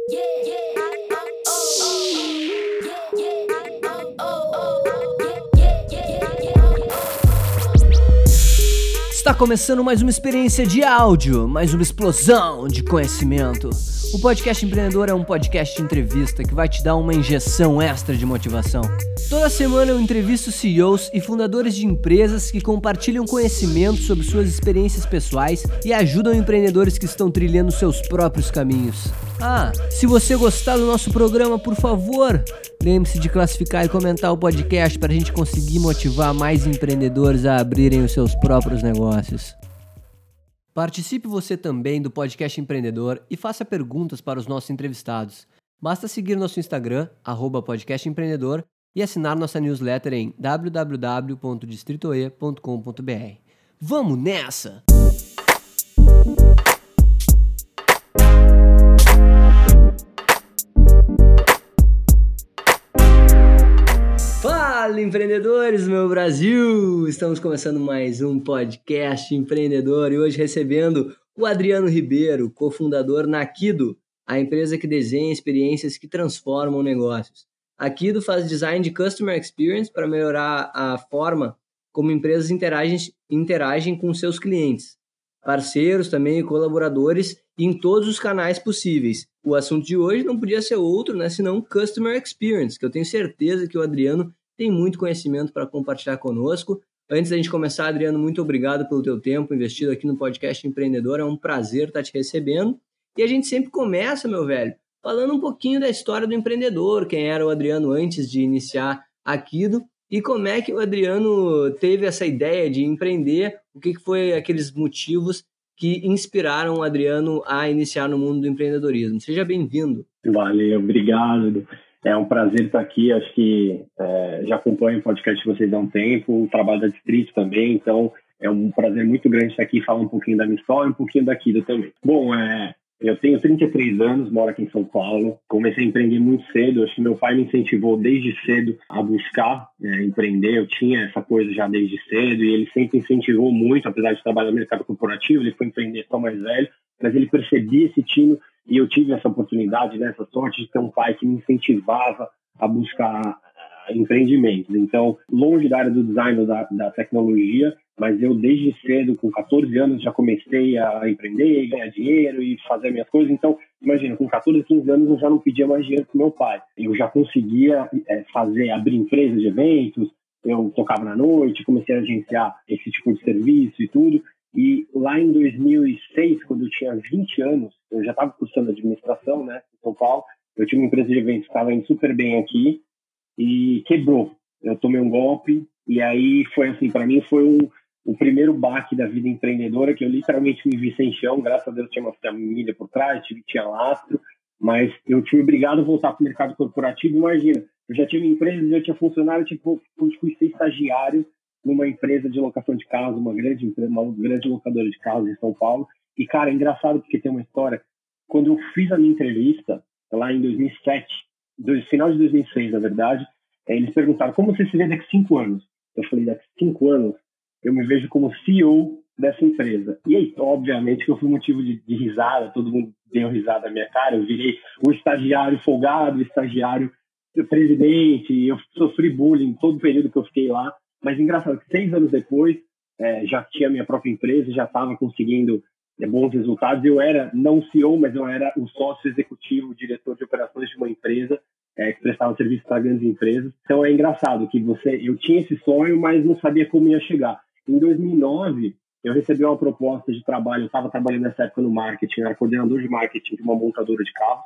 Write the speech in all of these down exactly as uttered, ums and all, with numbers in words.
Está começando mais uma experiência de áudio, mais uma explosão de conhecimento. O Podcast Empreendedor é um podcast de entrevista que vai te dar uma injeção extra de motivação. Toda semana eu entrevisto C E Os e fundadores de empresas que compartilham conhecimento sobre suas experiências pessoais e ajudam empreendedores que estão trilhando seus próprios caminhos. Ah, se você gostar do nosso programa, por favor, lembre-se de classificar e comentar o podcast para a gente conseguir motivar mais empreendedores a abrirem os seus próprios negócios. Participe você também do Podcast Empreendedor e faça perguntas para os nossos entrevistados. Basta seguir nosso Instagram, arroba Podcast Empreendedor, e assinar nossa newsletter em w w w ponto distrito e ponto com ponto b r. Vamos nessa! Fala, empreendedores, meu Brasil! Estamos começando mais um podcast empreendedor e hoje recebendo o Adriano Ribeiro, cofundador na Akido, a empresa que desenha experiências que transformam negócios. A Akido faz design de Customer Experience para melhorar a forma como empresas interagem, interagem com seus clientes, parceiros também e colaboradores em todos os canais possíveis. O assunto de hoje não podia ser outro, né, senão Customer Experience, que eu tenho certeza que o Adriano tem muito conhecimento para compartilhar conosco. Antes da gente começar, Adriano, muito obrigado pelo teu tempo investido aqui no Podcast Empreendedor. É um prazer estar te recebendo. E a gente sempre começa, meu velho, falando um pouquinho da história do empreendedor, quem era o Adriano antes de iniciar a Akido e como é que o Adriano teve essa ideia de empreender, o que foi aqueles motivos que inspiraram o Adriano a iniciar no mundo do empreendedorismo. Seja bem-vindo. Valeu, obrigado. É um prazer estar aqui. Acho que é, já acompanho o podcast de vocês há um tempo, o trabalho da Distrito também, então é um prazer muito grande estar aqui e falar um pouquinho da minha história e um pouquinho da Akido também. Bom, é, eu tenho trinta e três anos, moro aqui em São Paulo, comecei a empreender muito cedo. Acho que meu pai me incentivou desde cedo a buscar é, empreender. Eu tinha essa coisa já desde cedo e ele sempre incentivou muito, apesar de trabalhar no mercado corporativo. Ele foi empreender só mais velho, mas ele percebia esse tino e eu tive essa oportunidade, né, essa sorte de ter um pai que me incentivava a buscar uh, empreendimentos. Então, longe da área do design ou da, da tecnologia, mas eu desde cedo, com catorze anos, já comecei a empreender, ganhar dinheiro e fazer minhas coisas. Então, imagina, com catorze, quinze anos eu já não pedia mais dinheiro pro meu pai. Eu já conseguia é, fazer, abrir empresas de eventos, eu tocava na noite, comecei a agenciar esse tipo de serviço e tudo. E lá em dois mil e seis, quando eu tinha vinte anos, eu já estava cursando administração, né, em São Paulo. Eu tinha uma empresa de eventos que estava indo super bem aqui e quebrou. Eu tomei um golpe e aí foi assim, para mim foi um, o primeiro baque da vida empreendedora, que eu literalmente me vi sem chão. Graças a Deus tinha uma família por trás, tinha lastro, mas eu tinha obrigado a voltar para o mercado corporativo. Imagina, eu já tinha uma empresa, já tinha funcionário, tipo, fui ser estagiário numa empresa de locação de carros, uma grande empresa, uma grande locadora de carros em São Paulo. E, cara, é engraçado porque tem uma história. Quando eu fiz a minha entrevista, lá em dois mil e sete, do, final de dois mil e seis, na verdade, é, eles perguntaram, como você se vê daqui a cinco anos? Eu falei, daqui a cinco anos, eu me vejo como C E O dessa empresa. E aí, obviamente, que eu fui motivo de, de risada, todo mundo deu risada na minha cara, eu virei o estagiário folgado, o estagiário presidente, eu sofri bullying todo o período que eu fiquei lá. Mas engraçado que seis anos depois, é, já tinha minha própria empresa, já estava conseguindo é, bons resultados. Eu era não C E O, mas eu era o sócio executivo, o diretor de operações de uma empresa é, que prestava serviço para grandes empresas. Então é engraçado que você, eu tinha esse sonho, mas não sabia como ia chegar. Em dois mil e nove, eu recebi uma proposta de trabalho. Eu estava trabalhando nessa época no marketing, eu era coordenador de marketing de uma montadora de carros,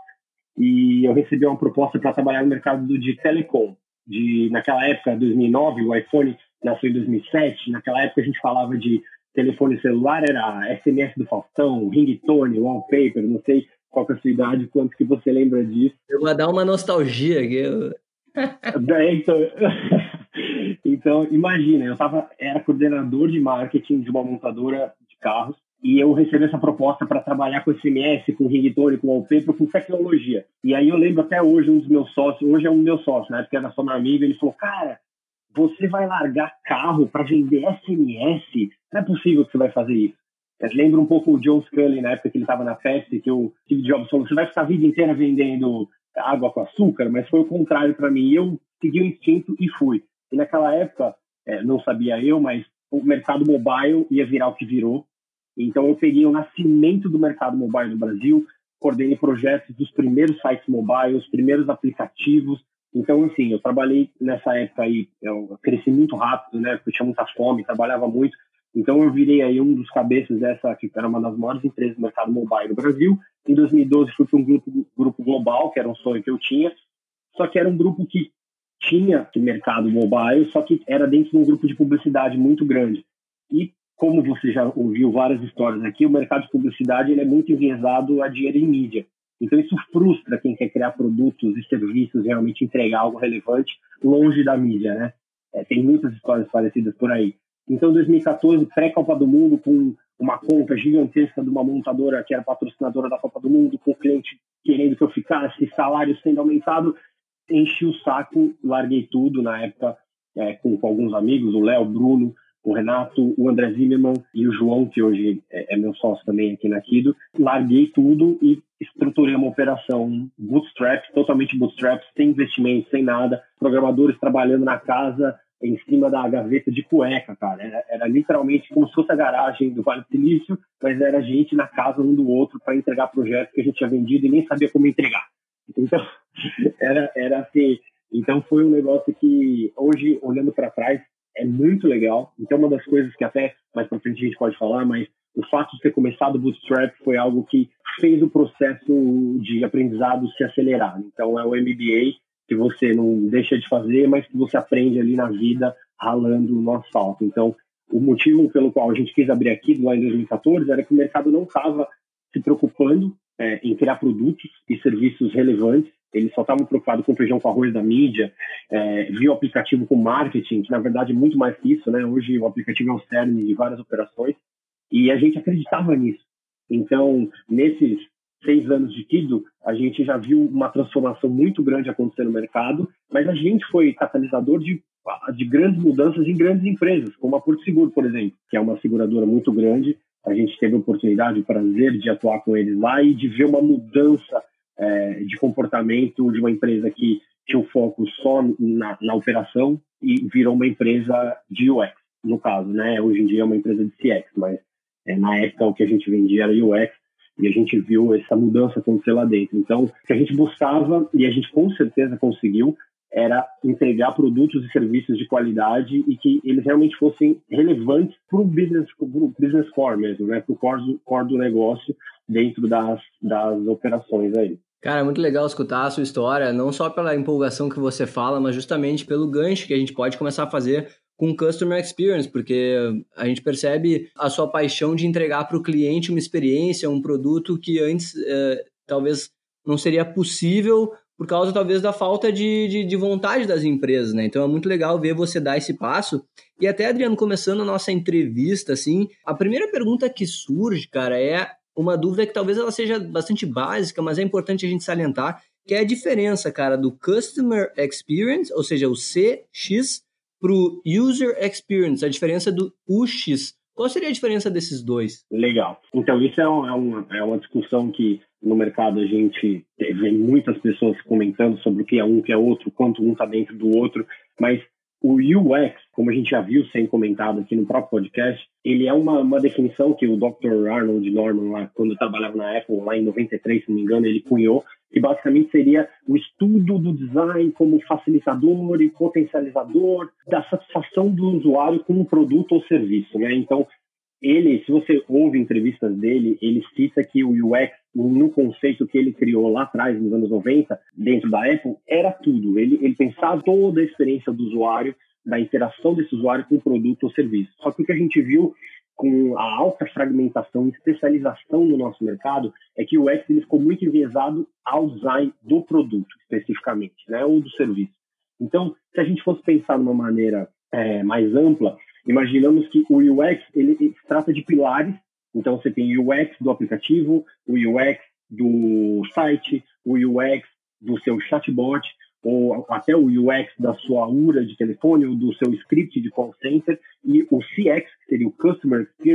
e eu recebi uma proposta para trabalhar no mercado de telecom. De, naquela época, dois mil e nove, o iPhone nasceu em dois mil e sete, naquela época a gente falava de telefone celular, era S M S do Faustão, ringtone, wallpaper, não sei qual que é a sua idade, quanto que você lembra disso. Eu vou dar uma nostalgia aqui. Eu... então, então, imagina, eu tava, era coordenador de marketing de uma montadora de carros, e eu recebi essa proposta para trabalhar com S M S, com ringtone, com wallpaper, com tecnologia. E aí eu lembro até hoje, um dos meus sócios, hoje é um dos meus sócios, na época era só meu amigo, ele falou, cara, você vai largar carro para vender S M S? Não é possível que você vai fazer isso. lembra um pouco o John Scully, na época que ele estava na Pepsi, que o Steve Jobs falou, você vai ficar a vida inteira vendendo água com açúcar, mas foi o contrário para mim. Eu segui o instinto e fui. E naquela época, é, não sabia eu, mas o mercado mobile ia virar o que virou. Então eu peguei o nascimento do mercado mobile no Brasil, coordenei projetos dos primeiros sites mobile, os primeiros aplicativos. Então, assim, eu trabalhei nessa época aí, eu cresci muito rápido, né, porque tinha muita fome, trabalhava muito. Então eu virei aí um dos cabeças dessa, que era uma das maiores empresas do mercado mobile no Brasil. Em dois mil e doze fui para um grupo, grupo global, que era um sonho que eu tinha, só que era um grupo que tinha mercado mobile, só que era dentro de um grupo de publicidade muito grande. E como você já ouviu várias histórias aqui, o mercado de publicidade ele é muito enviesado a dinheiro em mídia. Então isso frustra quem quer criar produtos e serviços, realmente entregar algo relevante longe da mídia, né? É, tem muitas histórias parecidas por aí. Então, em dois mil e quatorze, pré-Copa do Mundo, com uma conta gigantesca de uma montadora que era patrocinadora da Copa do Mundo, com o cliente querendo que eu ficasse, salário sendo aumentado, enchi o saco, larguei tudo na época é, com, com alguns amigos, o Léo, o Bruno, o Renato, o André Zimmermann e o João, que hoje é, é meu sócio também aqui na Kido. Larguei tudo e estruturei uma operação bootstrap, totalmente bootstrap, sem investimento, sem nada, programadores trabalhando na casa, em cima da gaveta de cueca, cara. Era, era literalmente como se fosse a garagem do Vale do Silício, mas era gente na casa um do outro para entregar projetos que a gente tinha vendido e nem sabia como entregar. Então, era, era assim. Então, foi um negócio que, hoje, olhando para trás, é muito legal. Então, uma das coisas que até mais para frente a gente pode falar, mas o fato de ter começado o Bootstrap foi algo que fez o processo de aprendizado se acelerar. Então, é o M B A que você não deixa de fazer, mas que você aprende ali na vida, ralando no asfalto. Então, o motivo pelo qual a gente quis abrir aqui lá em dois mil e quatorze era que o mercado não estava se preocupando é, em criar produtos e serviços relevantes. Eles só estavam preocupados com o feijão com arroz da mídia, é, viu o aplicativo com marketing, que na verdade é muito mais que isso, né? Hoje o aplicativo é o cerne de várias operações, e a gente acreditava nisso. Então, nesses seis anos de Kido, a gente já viu uma transformação muito grande acontecer no mercado, mas a gente foi catalisador de, de grandes mudanças em grandes empresas, como a Porto Seguro, por exemplo, que é uma seguradora muito grande. A gente teve a oportunidade, o prazer de atuar com eles lá e de ver uma mudança é, de comportamento de uma empresa que tinha o foco só na, na operação e virou uma empresa de U X, no caso, né? Hoje em dia é uma empresa de C X, mas é, na época o que a gente vendia era U X, e a gente viu essa mudança acontecer lá dentro. Então, o que a gente buscava, e a gente com certeza conseguiu, era entregar produtos e serviços de qualidade e que eles realmente fossem relevantes para o business, pro business core mesmo, né? Para o core, core do negócio dentro das, das operações aí. Cara, é muito legal escutar a sua história, não só pela empolgação que você fala, mas justamente pelo gancho que a gente pode começar a fazer com Customer Experience, porque a gente percebe a sua paixão de entregar para o cliente uma experiência, um produto que antes eh, talvez não seria possível por causa talvez da falta de, de, de vontade das empresas, né? Então é muito legal ver você dar esse passo. E até, Adriano, começando a nossa entrevista, assim, a primeira pergunta que surge, cara, é uma dúvida que talvez ela seja bastante básica, mas é importante a gente salientar, que é a diferença, cara, do Customer Experience, ou seja, o C X, para o User Experience, a diferença do U X. Qual seria a diferença desses dois? Legal. Então, isso é, um, é, uma, é uma discussão que no mercado a gente vê muitas pessoas comentando sobre o que é um, o que é outro, quanto um está dentro do outro, mas o U X, como a gente já viu sendo comentado aqui no próprio podcast, ele é uma, uma definição que o doutor Arnold Norman, lá, quando trabalhava na Apple, lá em noventa e três, se não me engano, ele cunhou, que basicamente seria o estudo do design como facilitador e potencializador da satisfação do usuário com um produto ou serviço, né? Então, ele, se você ouve entrevistas dele, ele cita que o U X, no conceito que ele criou lá atrás, nos anos noventa, dentro da Apple, era tudo. Ele, ele pensava toda a experiência do usuário, da interação desse usuário com o produto ou serviço. Só que o que a gente viu com a alta fragmentação e especialização no nosso mercado é que o U X ele ficou muito enviesado ao design do produto, especificamente, né, ou do serviço. Então, se a gente fosse pensar de uma maneira é, mais ampla, imaginamos que o U X ele, ele se trata de pilares. Então, você tem o U X do aplicativo, o U X do site, o U X do seu chatbot, ou até o U X da sua U R A de telefone, ou do seu script de call center, e o C X, que seria o Customer Experience,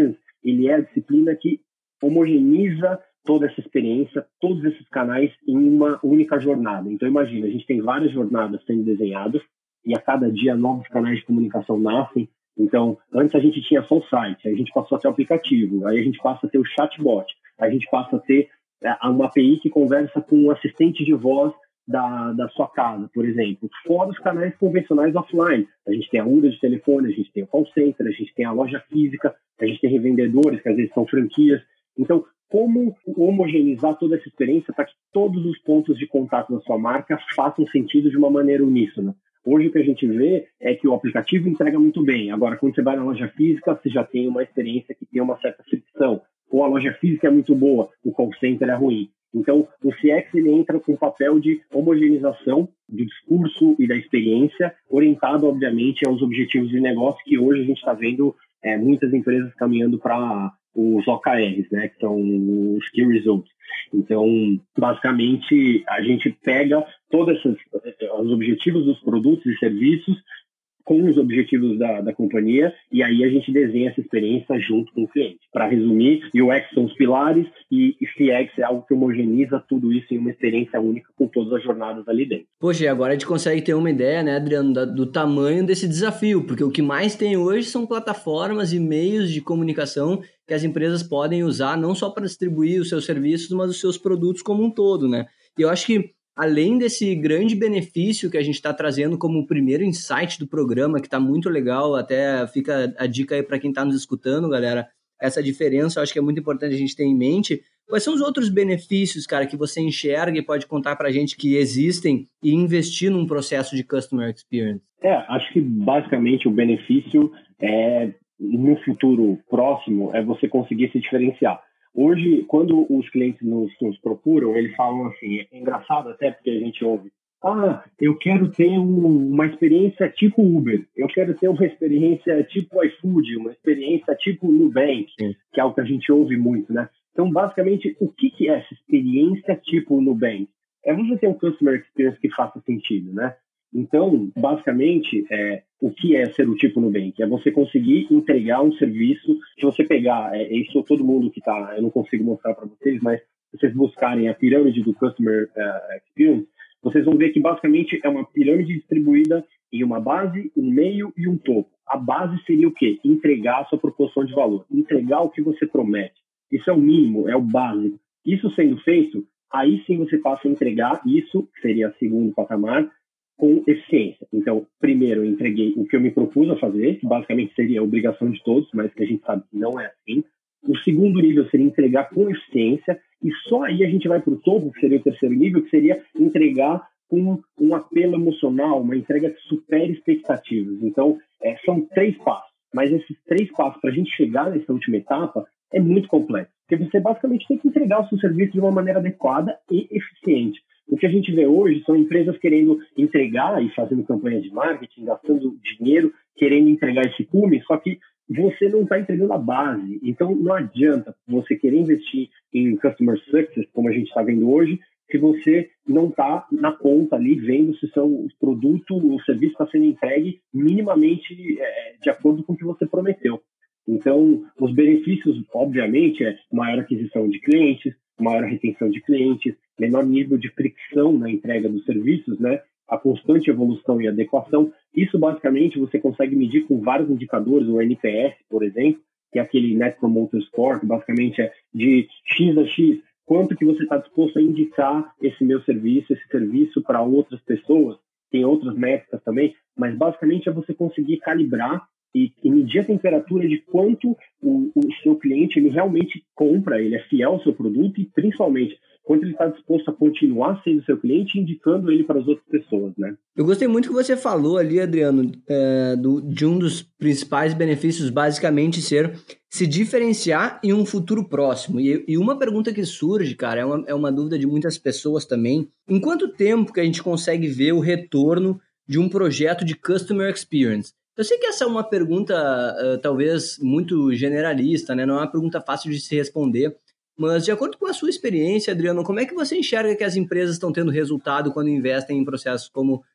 ele é a disciplina que homogeneiza toda essa experiência, todos esses canais em uma única jornada. Então, imagina, a gente tem várias jornadas sendo desenhadas e a cada dia novos canais de comunicação nascem. Então, antes a gente tinha só o site, aí a gente passou a ter o aplicativo, aí a gente passa a ter o chatbot, aí a gente passa a ter uma A P I que conversa com um assistente de voz da, da sua casa, por exemplo. Fora os canais convencionais offline. A gente tem a U R A de telefone, a gente tem o call center, a gente tem a loja física, a gente tem revendedores, que às vezes são franquias. Então, como homogeneizar toda essa experiência para que todos os pontos de contato da sua marca façam sentido de uma maneira uníssona? Hoje o que a gente vê é que o aplicativo entrega muito bem. Agora, quando você vai na loja física, você já tem uma experiência que tem uma certa fricção. Ou a loja física é muito boa, o call center é ruim. Então, o C X ele entra com o papel de homogeneização do discurso e da experiência, orientado, obviamente, aos objetivos de negócio, que hoje a gente está vendo é, muitas empresas caminhando para os O K Rs, né, que são os Key Results. Então, basicamente, a gente pega todos esses, os objetivos dos produtos e serviços com os objetivos da, da companhia, e aí a gente desenha essa experiência junto com o cliente. Para resumir, U X são os pilares e C X é algo que homogeneiza tudo isso em uma experiência única com todas as jornadas ali dentro. Poxa, e agora a gente consegue ter uma ideia, né, Adriano, da, do tamanho desse desafio, porque o que mais tem hoje são plataformas e meios de comunicação que as empresas podem usar não só para distribuir os seus serviços, mas os seus produtos como um todo, né? E eu acho que além desse grande benefício que a gente está trazendo como o primeiro insight do programa, que está muito legal, até fica a dica aí para quem está nos escutando, galera, essa diferença eu acho que é muito importante a gente ter em mente. Quais são os outros benefícios, cara, que você enxerga e pode contar para a gente que existem e investir num processo de Customer Experience? É, acho que basicamente o benefício é, no futuro próximo, é você conseguir se diferenciar. Hoje, quando os clientes nos, nos procuram, eles falam assim, é engraçado até porque a gente ouve, ah, eu quero ter um, uma experiência tipo Uber, eu quero ter uma experiência tipo iFood, uma experiência tipo Nubank, Sim. que é o que a gente ouve muito, né? Então, basicamente, o que, que é essa experiência tipo Nubank? É você ter um Customer Experience que faça sentido, né? Então, basicamente, é, o que é ser o tipo Nubank? É você conseguir entregar um serviço, se você pegar, é, isso todo mundo que está, eu não consigo mostrar para vocês, mas se vocês buscarem a pirâmide do Customer uh, Experience, vocês vão ver que basicamente é uma pirâmide distribuída em uma base, um meio e um topo. A base seria o quê? Entregar a sua proporção de valor, entregar o que você promete. Isso é o mínimo, é o básico. Isso sendo feito, aí sim você passa a entregar isso, que seria o segundo patamar, com eficiência. Então, primeiro, eu entreguei o que eu me propus a fazer, que basicamente seria a obrigação de todos, mas que a gente sabe que não é assim. O segundo nível seria entregar com eficiência, e só aí a gente vai para o topo, que seria o terceiro nível, que seria entregar com um apelo emocional, uma entrega que supere expectativas. Então, é, são três passos, mas esses três passos, para a gente chegar nessa última etapa, é muito complexo, porque você basicamente tem que entregar o seu serviço de uma maneira adequada e eficiente. O que a gente vê hoje são empresas querendo entregar e fazendo campanhas de marketing, gastando dinheiro, querendo entregar esse cume, só que você não está entregando a base. Então, não adianta você querer investir em Customer Success, como a gente está vendo hoje, se você não está na ponta ali vendo se são os produtos, o serviço está sendo entregue minimamente é, de acordo com o que você prometeu. Então, os benefícios, obviamente, é maior aquisição de clientes, maior retenção de clientes, menor nível de fricção na entrega dos serviços, né? A constante evolução e adequação. Isso, basicamente, você consegue medir com vários indicadores, o N P S, por exemplo, que é aquele Net Promoter Score, que basicamente é de X a X, quanto que você está disposto a indicar esse meu serviço, esse serviço para outras pessoas. Tem outras métricas também, mas basicamente é você conseguir calibrar e, e medir a temperatura de quanto o, o seu cliente ele realmente compra, ele é fiel ao seu produto e, principalmente, quanto ele está disposto a continuar sendo seu cliente, indicando ele para as outras pessoas, né? Eu gostei muito que você falou ali, Adriano, é, do, de um dos principais benefícios basicamente ser se diferenciar em um futuro próximo. E, e uma pergunta que surge, cara, é uma, é uma dúvida de muitas pessoas também. Em quanto tempo que a gente consegue ver o retorno de um projeto de Customer Experience? Eu sei que essa é uma pergunta uh, talvez muito generalista, né? Não é uma pergunta fácil de se responder, mas de acordo com a sua experiência, Adriano, como é que você enxerga que as empresas estão tendo resultado quando investem em processos como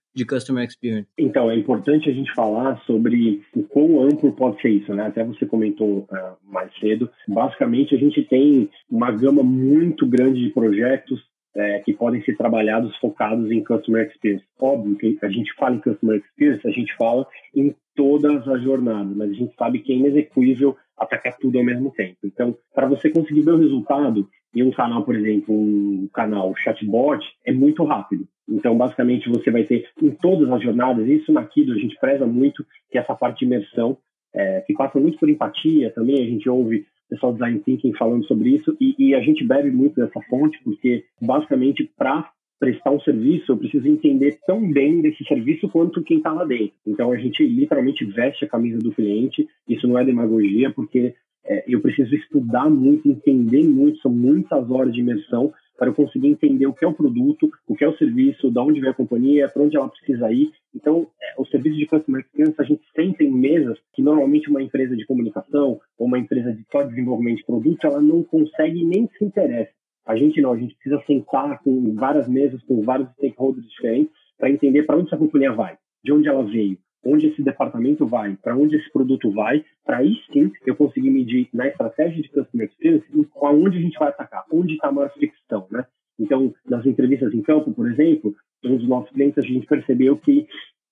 de Customer Experience? Então, é importante a gente falar sobre o quão amplo pode ser isso, né? Até você comentou uh, mais cedo. Basicamente, a gente tem uma gama muito grande de projetos é, que podem ser trabalhados focados em Customer Experience. Óbvio que a gente fala em Customer Experience, a gente fala em todas as jornadas, mas a gente sabe que é inexequível atacar tudo ao mesmo tempo. Então, para você conseguir ver o resultado em um canal, por exemplo, um canal chatbot, é muito rápido. Então, basicamente, você vai ter em todas as jornadas, isso na Kido a gente preza muito, que é essa parte de imersão, é, que passa muito por empatia também, a gente ouve o pessoal do Design Thinking falando sobre isso, e, e a gente bebe muito dessa fonte, porque, basicamente, para prestar um serviço, eu preciso entender tão bem desse serviço quanto quem está lá dentro. Então, a gente literalmente veste a camisa do cliente, isso não é demagogia, porque é, eu preciso estudar muito, entender muito, são muitas horas de imersão para eu conseguir entender o que é o produto, o que é o serviço, de onde vem a companhia, para onde ela precisa ir. Então, é, o serviço de Customer Experience, a gente senta em mesas que normalmente uma empresa de comunicação ou uma empresa de só desenvolvimento de produto, ela não consegue nem se interessa. A gente não, a gente precisa sentar com várias mesas, com vários stakeholders diferentes para entender para onde essa companhia vai, de onde ela veio, onde esse departamento vai, para onde esse produto vai, para aí sim eu conseguir medir na estratégia de Customer Experience aonde a gente vai atacar, onde está a maior fricção, né? Então, nas entrevistas em campo, por exemplo, um dos nossos clientes, a gente percebeu que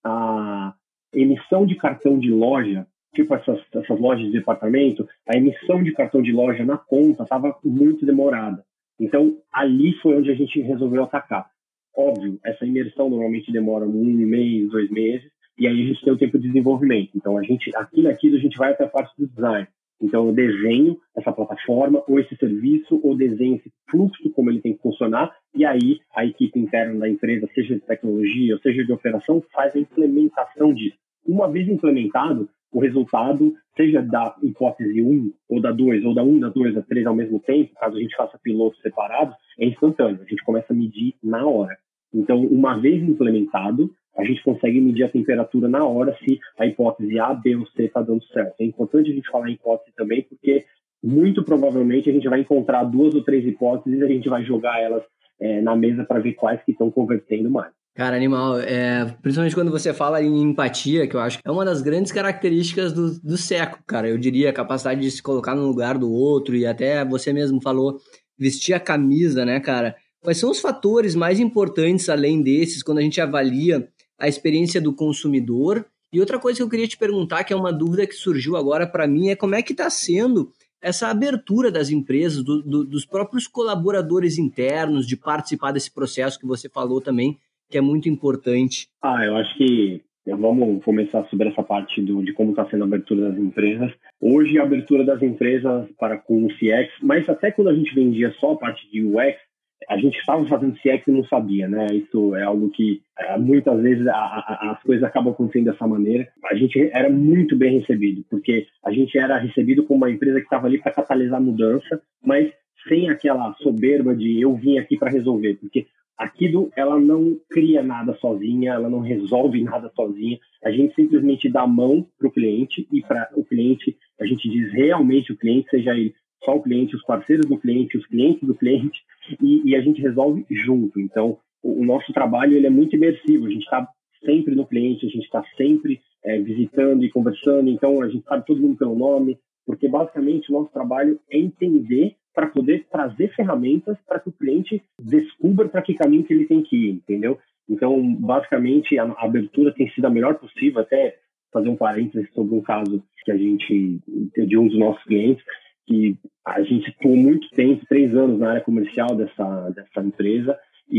a emissão de cartão de loja, tipo essas, essas lojas de departamento, a emissão de cartão de loja na ponta estava muito demorada. Então, ali foi onde a gente resolveu atacar. Óbvio, essa imersão normalmente demora um mês, dois meses, e aí a gente tem o tempo de desenvolvimento. Então, a gente, aqui na Kido, a gente vai até a parte do design. Então, eu desenho essa plataforma, ou esse serviço, ou desenho esse fluxo, como ele tem que funcionar, e aí a equipe interna da empresa, seja de tecnologia, ou seja de operação, faz a implementação disso. Uma vez implementado, o resultado, seja da hipótese um, ou da dois, ou da um, da dois, da três ao mesmo tempo, caso a gente faça pilotos separados, é instantâneo. A gente começa a medir na hora. Então, uma vez implementado, a gente consegue medir a temperatura na hora se a hipótese A, B ou C está dando certo. É importante a gente falar em hipótese também, porque muito provavelmente a gente vai encontrar duas ou três hipóteses e a gente vai jogar elas é, na mesa para ver quais que estão convertendo mais. Cara, animal, é, principalmente quando você fala em empatia, que eu acho que é uma das grandes características do, do século, cara. Eu diria a capacidade de se colocar no lugar do outro e até você mesmo falou, vestir a camisa, né, cara? Quais são os fatores mais importantes, além desses, quando a gente avalia a experiência do consumidor? E outra coisa que eu queria te perguntar, que é uma dúvida que surgiu agora para mim, é como é que está sendo essa abertura das empresas, do, do, dos próprios colaboradores internos, de participar desse processo que você falou também, que é muito importante. Ah, eu acho que vamos começar sobre essa parte do, de como está sendo a abertura das empresas. Hoje, a abertura das empresas para com o C X, mas até quando a gente vendia só a parte de U X, a gente estava fazendo C X e não sabia, né? Isso é algo que muitas vezes a, a, as coisas acabam acontecendo dessa maneira. A gente era muito bem recebido, porque a gente era recebido como uma empresa que estava ali para catalisar a mudança, mas sem aquela soberba de eu vim aqui para resolver, porque a Kido, ela não cria nada sozinha, ela não resolve nada sozinha. A gente simplesmente dá a mão para o cliente e para o cliente, a gente diz realmente o cliente, seja ele só o cliente, os parceiros do cliente, os clientes do cliente, e, e a gente resolve junto. Então, o, o nosso trabalho ele é muito imersivo, a gente está sempre no cliente, a gente está sempre é, visitando e conversando, então a gente sabe todo mundo pelo nome, porque basicamente o nosso trabalho é entender para poder trazer ferramentas para que o cliente descubra para que caminho que ele tem que ir, entendeu? Então, basicamente, a, a abertura tem sido a melhor possível, até fazer um parênteses sobre um caso que a gente, de um dos nossos clientes, que a gente ficou muito tempo, três anos na área comercial dessa, dessa empresa,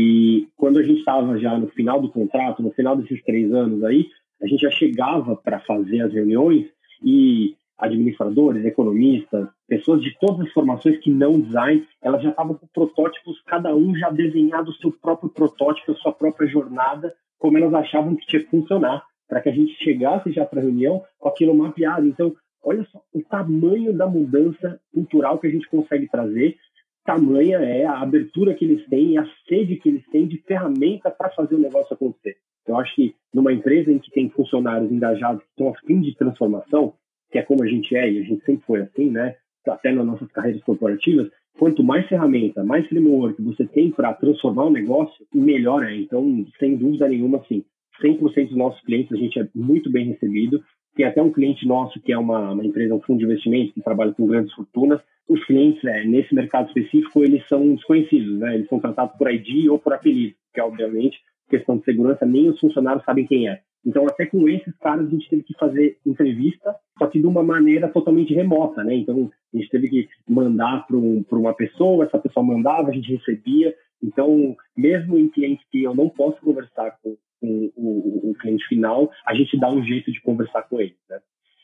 e quando a gente estava já no final do contrato, no final desses três anos aí, a gente já chegava para fazer as reuniões e administradores, economistas, pessoas de todas as formações que não design, elas já estavam com protótipos, cada um já desenhado o seu próprio protótipo, a sua própria jornada, como elas achavam que tinha que funcionar, para que a gente chegasse já para a reunião com aquilo mapeado. Então, olha só o tamanho da mudança cultural que a gente consegue trazer, tamanha é a abertura que eles têm e a sede que eles têm de ferramenta para fazer o negócio acontecer. Eu acho que numa empresa em que tem funcionários engajados que estão a fim de transformação, que é como a gente é, e a gente sempre foi assim, né? Até nas nossas carreiras corporativas, quanto mais ferramenta, mais framework você tem para transformar o negócio, melhor é. Então, sem dúvida nenhuma, assim, cem por cento dos nossos clientes a gente é muito bem recebido. Tem até um cliente nosso que é uma, uma empresa, um fundo de investimento que trabalha com grandes fortunas. Os clientes, é, nesse mercado específico, eles são desconhecidos, né? Eles são tratados por I D ou por apelido, que obviamente, questão de segurança, nem os funcionários sabem quem é. Então, até com esses caras, a gente teve que fazer entrevista, só que de uma maneira totalmente remota, né? Então, a gente teve que mandar para um, para uma pessoa, essa pessoa mandava, a gente recebia. Então, mesmo em clientes que eu não posso conversar com, com o, o cliente final, a gente dá um jeito de conversar com ele, né?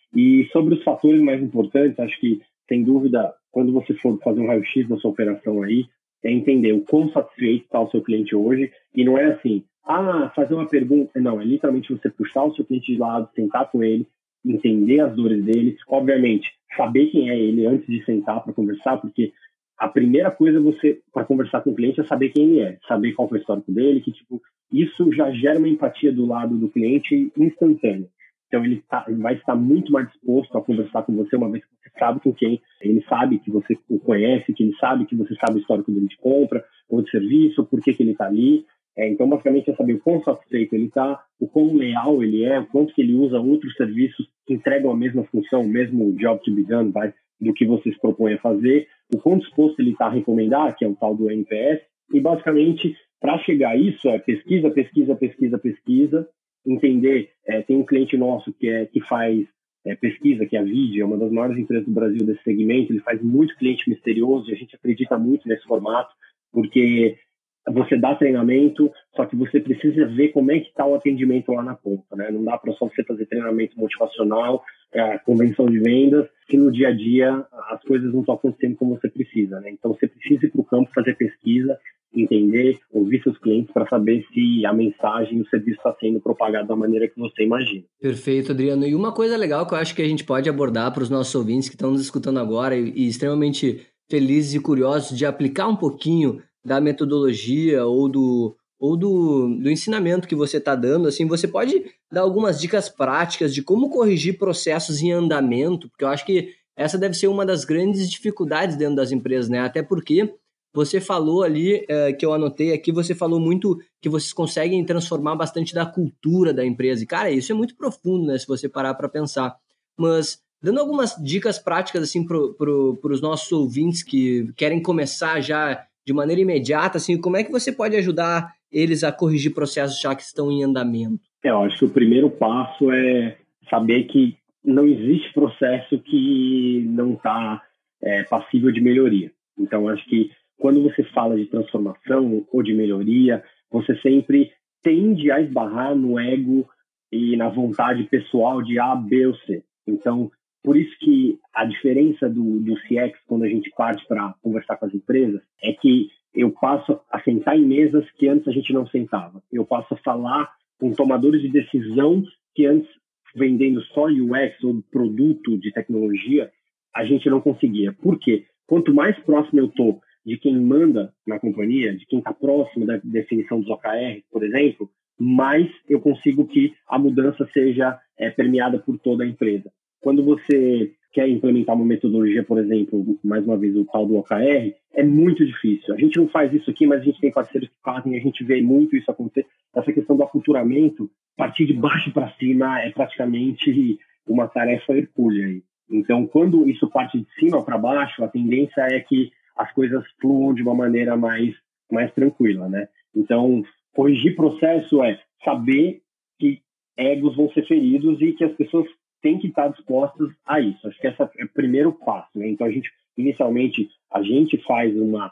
E sobre os fatores mais importantes, acho que, sem dúvida, quando você for fazer um raio-x da sua operação aí, é entender o quão satisfeito está o seu cliente hoje. E não é assim, ah, fazer uma pergunta. Não, é literalmente você puxar o seu cliente de lado, sentar com ele, entender as dores dele. Obviamente, saber quem é ele antes de sentar para conversar, porque a primeira coisa você para conversar com o cliente é saber quem ele é, saber qual foi o histórico dele, que tipo, isso já gera uma empatia do lado do cliente instantânea. Então ele, tá, ele vai estar muito mais disposto a conversar com você uma vez que você sabe com quem, ele sabe que você o conhece, que ele sabe que você sabe o histórico dele de compra ou de serviço, por que que ele está ali. É, então, basicamente, é saber o quão satisfeito ele está, o quão leal ele é, o quanto que ele usa outros serviços que entregam a mesma função, o mesmo job to be done, vai, do que você se propõe a fazer, o quão disposto ele está a recomendar, que é o tal do N P S. E, basicamente, para chegar a isso, é pesquisa, pesquisa, pesquisa, pesquisa, entender. É, tem um cliente nosso que, é, que faz é, pesquisa, que é a Vidi, é uma das maiores empresas do Brasil desse segmento. Ele faz muito cliente misterioso e a gente acredita muito nesse formato, porque você dá treinamento, só que você precisa ver como é que está o atendimento lá na ponta, né? Não dá para só você fazer treinamento motivacional, é, convenção de vendas, que no dia a dia as coisas não estão acontecendo como você precisa, né? Então você precisa ir para o campo fazer pesquisa, entender, ouvir seus clientes para saber se a mensagem, o serviço está sendo propagado da maneira que você imagina. Perfeito, Adriano. E uma coisa legal que eu acho que a gente pode abordar para os nossos ouvintes que estão nos escutando agora e, e extremamente felizes e curiosos de aplicar um pouquinho da metodologia ou do, ou do, do ensinamento que você está dando, assim, você pode dar algumas dicas práticas de como corrigir processos em andamento, porque eu acho que essa deve ser uma das grandes dificuldades dentro das empresas, né? Até porque você falou ali, é, que eu anotei aqui, você falou muito que vocês conseguem transformar bastante da cultura da empresa. E, cara, isso é muito profundo, né? Se você parar para pensar. Mas, dando algumas dicas práticas, assim, para pro, os nossos ouvintes que querem começar já de maneira imediata, assim, como é que você pode ajudar eles a corrigir processos já que estão em andamento? É, eu acho que o primeiro passo é saber que não existe processo que não está é, passível de melhoria. Então, acho que quando você fala de transformação ou de melhoria, você sempre tende a esbarrar no ego e na vontade pessoal de A, B ou C. Então, por isso que a diferença do, do C X, quando a gente parte para conversar com as empresas, é que eu passo a sentar em mesas que antes a gente não sentava. Eu passo a falar com tomadores de decisão que antes, vendendo só U X ou produto de tecnologia, a gente não conseguia. Por quê? Quanto mais próximo eu estou de quem manda na companhia, de quem está próximo da definição dos O K R, por exemplo, mais eu consigo que a mudança seja é, permeada por toda a empresa. Quando você quer implementar uma metodologia, por exemplo, mais uma vez o tal do O K R, é muito difícil. A gente não faz isso aqui, mas a gente tem parceiros que fazem, a gente vê muito isso acontecer. Essa questão do aculturamento, partir de baixo para cima é praticamente uma tarefa hercúlea aí. Então, quando isso parte de cima para baixo, a tendência é que as coisas fluam de uma maneira mais, mais tranquila, né? Então, corrigir processo é saber que egos vão ser feridos e que as pessoas têm que estar dispostas a isso. Acho que esse é o primeiro passo, né? Então, a gente, inicialmente, a gente faz uma,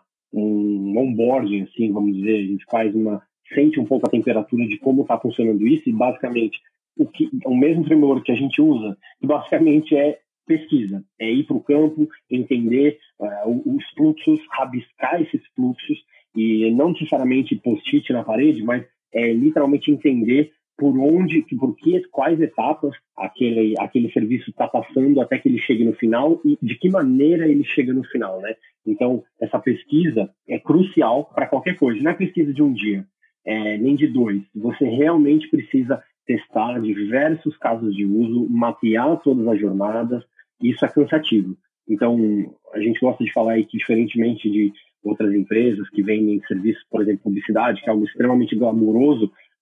um onboarding, assim, vamos dizer, a gente faz uma, sente um pouco a temperatura de como está funcionando isso e, basicamente, o, que, o mesmo framework que a gente usa, que basicamente é pesquisa, é ir para o campo, entender uh, os fluxos, rabiscar esses fluxos e não necessariamente post-it na parede, mas é literalmente entender por onde, por que, quais etapas aquele, aquele serviço está passando até que ele chegue no final e de que maneira ele chega no final, né? Então, essa pesquisa é crucial para qualquer coisa, não é pesquisa de um dia, é, nem de dois. Você realmente precisa testar diversos casos de uso, mapear todas as jornadas, e isso é cansativo. Então, a gente gosta de falar aí que, diferentemente de outras empresas que vendem serviços, por exemplo, publicidade, que é algo extremamente glamouroso,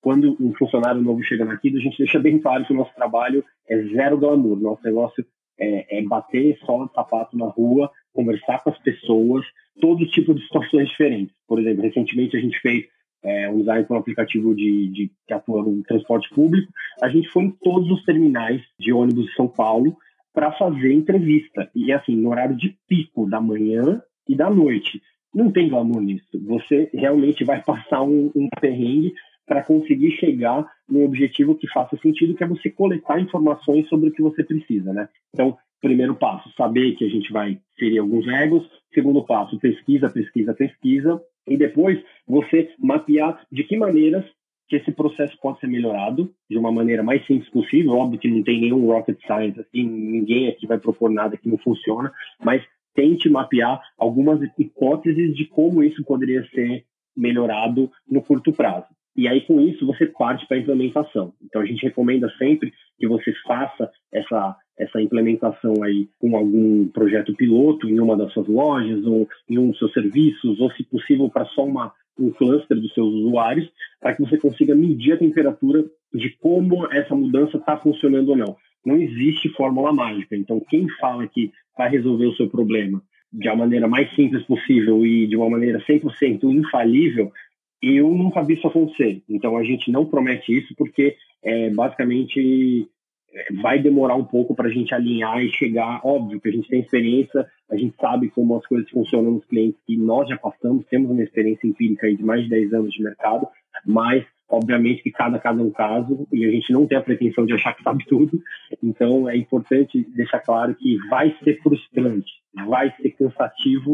quando um funcionário novo chega na Kido, a gente deixa bem claro que o nosso trabalho é zero glamour. Nosso negócio é, é bater sola de sapato na rua, conversar com as pessoas, todo tipo de situações diferentes. Por exemplo, recentemente a gente fez é, um design para um aplicativo de, de, que atua no transporte público. A gente foi em todos os terminais de ônibus de São Paulo para fazer entrevista. E assim, no horário de pico da manhã e da noite. Não tem glamour nisso. Você realmente vai passar um, um perrengue para conseguir chegar no objetivo que faça sentido, que é você coletar informações sobre o que você precisa, né? Então, primeiro passo, saber que a gente vai ferir alguns egos. Segundo passo, pesquisa, pesquisa, pesquisa. E depois, você mapear de que maneiras que esse processo pode ser melhorado de uma maneira mais simples possível. Óbvio que não tem nenhum rocket science, assim, ninguém aqui vai propor nada que não funciona, mas tente mapear algumas hipóteses de como isso poderia ser melhorado no curto prazo. E aí, com isso, você parte para a implementação. Então, a gente recomenda sempre que você faça essa, essa implementação aí com algum projeto piloto em uma das suas lojas ou em um dos seus serviços, ou, se possível, para só uma, um cluster dos seus usuários, para que você consiga medir a temperatura de como essa mudança está funcionando ou não. Não existe fórmula mágica. Então, quem fala que vai resolver o seu problema de uma maneira mais simples possível e de uma maneira cem por cento infalível, eu nunca vi isso acontecer. Então, a gente não promete isso porque, é, basicamente, é, vai demorar um pouco para a gente alinhar e chegar. Óbvio que a gente tem experiência, a gente sabe como as coisas funcionam nos clientes que nós já passamos, temos uma experiência empírica aí de mais de dez anos de mercado, mas, obviamente, que cada caso é um caso e a gente não tem a pretensão de achar que sabe tudo. Então, é importante deixar claro que vai ser frustrante, vai ser cansativo,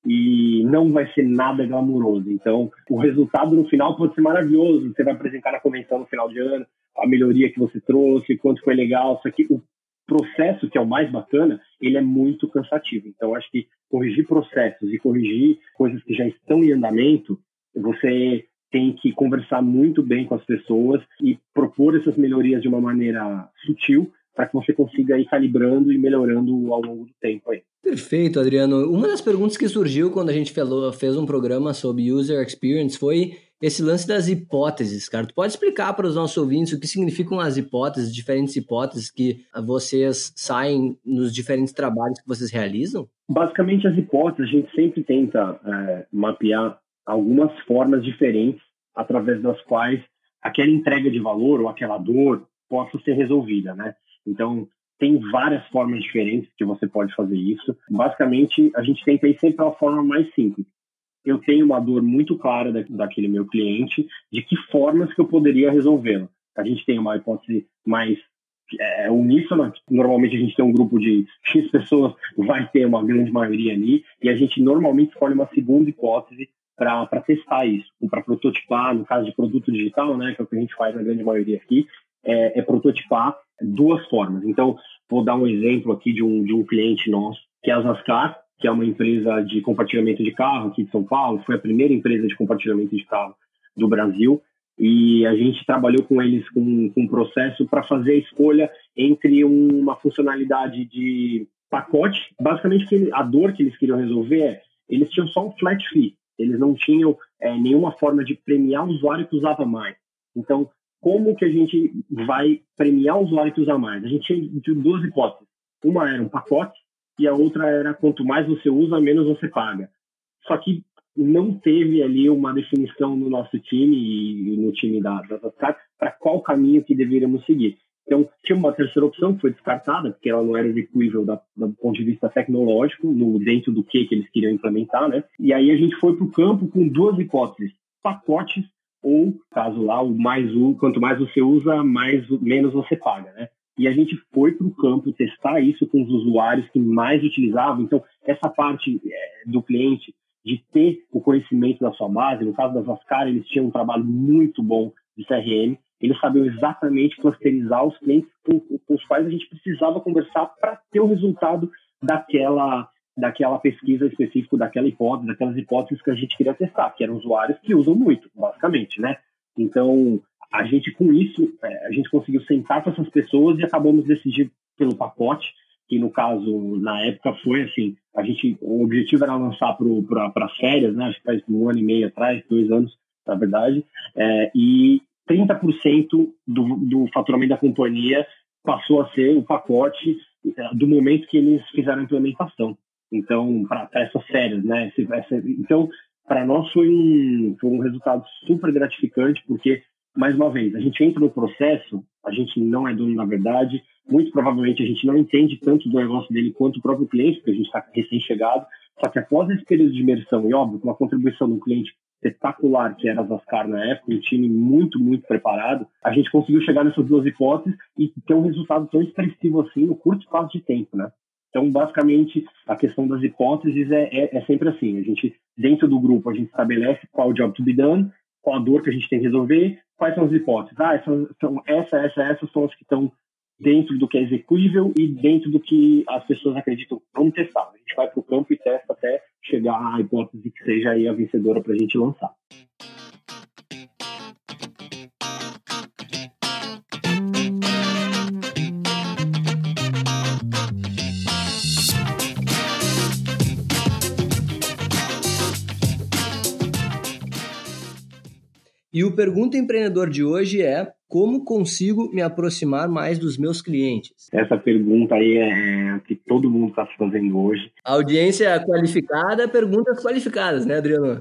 e não vai ser nada glamuroso. Então, o resultado no final pode ser maravilhoso. Você vai apresentar na convenção no final de ano a melhoria que você trouxe, quanto foi legal. Só que o processo, que é o mais bacana, ele é muito cansativo. Então, acho que corrigir processos e corrigir coisas que já estão em andamento, você tem que conversar muito bem com as pessoas e propor essas melhorias de uma maneira sutil, para que você consiga ir calibrando e melhorando ao longo do tempo aí. Perfeito, Adriano. Uma das perguntas que surgiu quando a gente falou, fez um programa sobre User Experience foi esse lance das hipóteses, cara. Tu pode explicar para os nossos ouvintes o que significam as hipóteses, diferentes hipóteses que vocês saem nos diferentes trabalhos que vocês realizam? Basicamente, as hipóteses, a gente sempre tenta é, mapear algumas formas diferentes através das quais aquela entrega de valor ou aquela dor possa ser resolvida, né? Então, tem várias formas diferentes que você pode fazer isso. Basicamente, a gente tenta ir sempre pela forma mais simples. Eu tenho uma dor muito clara da, daquele meu cliente, de que formas que eu poderia resolvê-la. A gente tem uma hipótese mais é, uníssona. Normalmente, a gente tem um grupo de X pessoas, vai ter uma grande maioria ali, e a gente normalmente escolhe uma segunda hipótese para testar isso, ou para prototipar, no caso de produto digital, né, que é o que a gente faz na grande maioria aqui, é, é prototipar duas formas. Então, vou dar um exemplo aqui de um, de um cliente nosso, que é a Zascar, que é uma empresa de compartilhamento de carro aqui de São Paulo, foi a primeira empresa de compartilhamento de carro do Brasil, e a gente trabalhou com eles com, com um processo para fazer a escolha entre uma funcionalidade de pacote. Basicamente, a dor que eles queriam resolver é, eles tinham só um flat fee, eles não tinham é, nenhuma forma de premiar o usuário que usava mais. Então, como que a gente vai premiar o usuário que usa mais? A gente tinha duas hipóteses. Uma era um pacote e a outra era quanto mais você usa, menos você paga. Só que não teve ali uma definição no nosso time e no time da Zascar para qual caminho que deveríamos seguir. Então, tinha uma terceira opção que foi descartada, porque ela não era execuível da, do ponto de vista tecnológico, no, dentro do que, que eles queriam implementar, né? E aí a gente foi para o campo com duas hipóteses. Pacotes ou, caso lá, o mais um, quanto mais você usa, mais, menos você paga, né? E a gente foi para o campo testar isso com os usuários que mais utilizavam. Então, essa parte é, do cliente de ter o conhecimento da sua base, no caso da Zascar, eles tinham um trabalho muito bom de C R M, eles sabiam exatamente clusterizar os clientes com, com os quais a gente precisava conversar para ter o resultado daquela, daquela pesquisa específica, daquela hipótese, daquelas hipóteses que a gente queria testar, que eram usuários que usam muito, basicamente, né? Então, a gente, com isso, a gente conseguiu sentar com essas pessoas e acabamos decidindo pelo pacote, que no caso, na época, foi assim, a gente, o objetivo era lançar para as férias, né? Acho que faz um ano e meio atrás, dois anos, na verdade, é, e trinta por cento do, do faturamento da companhia passou a ser o pacote do momento que eles fizeram a implementação. Então, para essas séries, né? Essa, então, para nós foi um, foi um resultado super gratificante, porque, mais uma vez, a gente entra no processo, a gente não é dono da verdade, muito provavelmente a gente não entende tanto do negócio dele quanto o próprio cliente, porque a gente está recém-chegado, só que após esse período de imersão, e óbvio, com uma contribuição do cliente espetacular, que era a Zascar na época, um time muito, muito preparado, a gente conseguiu chegar nessas duas hipóteses e ter um resultado tão expressivo assim no curto espaço de tempo, né? Então, basicamente, a questão das hipóteses é, é, é sempre assim. A gente, dentro do grupo, a gente estabelece qual o job to be done, qual a dor que a gente tem que resolver, quais são as hipóteses. Ah, essas, são, essa, essa, essas são as que estão dentro do que é execuível e dentro do que as pessoas acreditam. Vamos testar. A gente vai para o campo e testa até chegar à hipótese que seja aí a vencedora para a gente lançar. E o Pergunta Empreendedor de hoje é: como consigo me aproximar mais dos meus clientes? Essa pergunta aí é a que todo mundo está se fazendo hoje. Audiência qualificada, perguntas qualificadas, né, Adriano?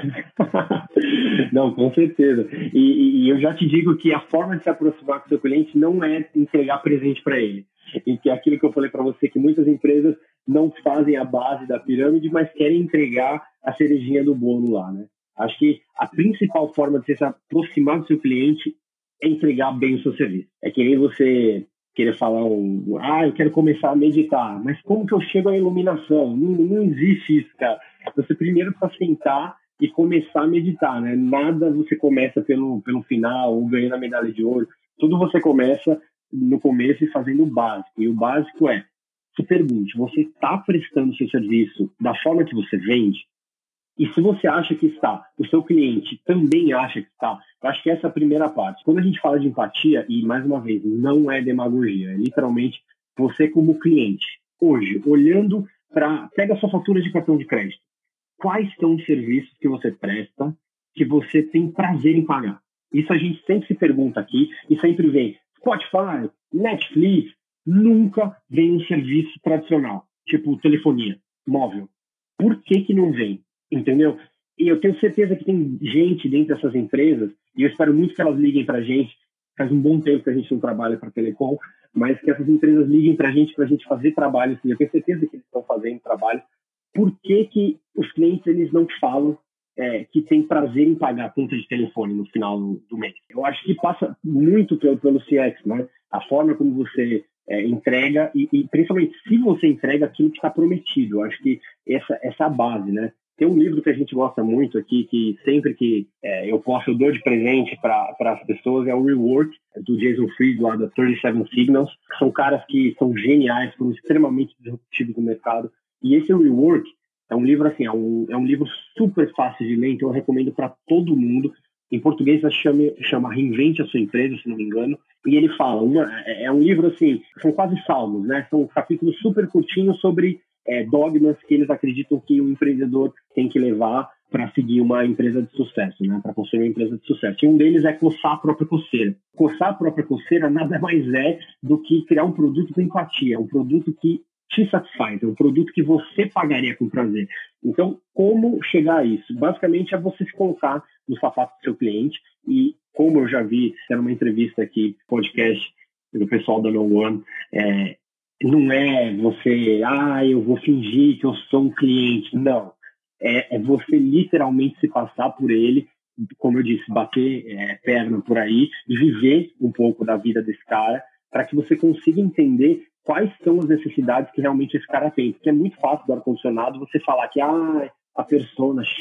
Não, com certeza. E, e eu já te digo que a forma de se aproximar com o seu cliente não é entregar presente para ele. E que é aquilo que eu falei para você, que muitas empresas não fazem a base da pirâmide, mas querem entregar a cerejinha do bolo lá, né? Acho que a principal forma de você se aproximar do seu cliente é entregar bem o seu serviço. É que nem você querer falar, um, ah, eu quero começar a meditar, mas como que eu chego à iluminação? Não, não existe isso, cara. Você primeiro precisa sentar e começar a meditar, né? Nada você começa pelo, pelo final ou ganhando a medalha de ouro. Tudo você começa no começo e fazendo o básico. E o básico é, se pergunte, você está prestando o seu serviço da forma que você vende? E se você acha que está, o seu cliente também acha que está, eu acho que essa é a primeira parte. Quando a gente fala de empatia, e mais uma vez, não é demagogia, é literalmente você como cliente, hoje, olhando para... Pega a sua fatura de cartão de crédito. Quais são os serviços que você presta que você tem prazer em pagar? Isso a gente sempre se pergunta aqui e sempre vem Spotify, Netflix, nunca vem um serviço tradicional, tipo telefonia móvel. Por que que não vem? Entendeu? E eu tenho certeza que tem gente dentro dessas empresas, e eu espero muito que elas liguem para a gente. Faz um bom tempo que a gente não trabalha para a Telecom, mas que essas empresas liguem para a gente, para a gente fazer trabalho. E eu tenho certeza que eles estão fazendo trabalho. Por que que os clientes eles não falam é, que tem prazer em pagar a conta de telefone no final do, do mês? Eu acho que passa muito pelo, pelo C X, né? A forma como você é, entrega e, e principalmente se você entrega aquilo que está prometido. Eu acho que essa, essa é a base, né? Tem um livro que a gente gosta muito aqui, que sempre que é, eu posso, eu dou de presente para as pessoas, é o Rework, do Jason Fried, lá da trinta e sete Signals. São caras que são geniais, foram extremamente disruptivos no mercado. E esse Rework é um livro assim, é um, é um livro super fácil de ler, então eu recomendo para todo mundo. Em português chama, chama Reinvente a Sua Empresa, se não me engano. E ele fala, uma, é um livro assim, são quase salmos, né? São capítulos super curtinhos sobre... É, dogmas que eles acreditam que um empreendedor tem que levar para seguir uma empresa de sucesso, né? Para construir uma empresa de sucesso. E um deles é coçar a própria coceira. Coçar a própria coceira nada mais é do que criar um produto com empatia, um produto que te satisfaz, é um produto que você pagaria com prazer. Então, como chegar a isso? Basicamente é você se colocar no sapato do seu cliente e, como eu já vi, era uma entrevista aqui, podcast do pessoal da No One, é, não é você, ah, eu vou fingir que eu sou um cliente. Não. É, é você literalmente se passar por ele, como eu disse, bater é, perna por aí e viver um pouco da vida desse cara para que você consiga entender quais são as necessidades que realmente esse cara tem. Porque é muito fácil do ar-condicionado você falar que ah, a persona X,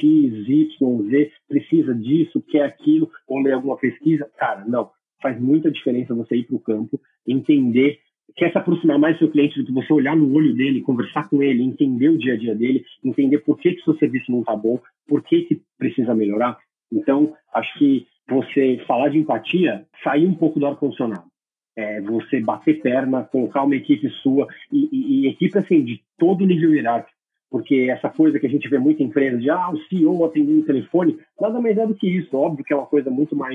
Y, Z precisa disso, quer aquilo, ou ler alguma pesquisa. Cara, não. Faz muita diferença você ir para o campo, entender, quer se aproximar mais do seu cliente do que você olhar no olho dele, conversar com ele, entender o dia a dia dele, entender por que que seu serviço não está bom, por que que precisa melhorar. Então, acho que você falar de empatia, sair um pouco do ar-condicionado. É, você bater perna, colocar uma equipe sua, e, e, e equipe assim, de todo nível hierárquico. Porque essa coisa que a gente vê muita empresa de, ah, o C E O atendendo o telefone, nada mais é do que isso. Óbvio que é uma coisa muito mais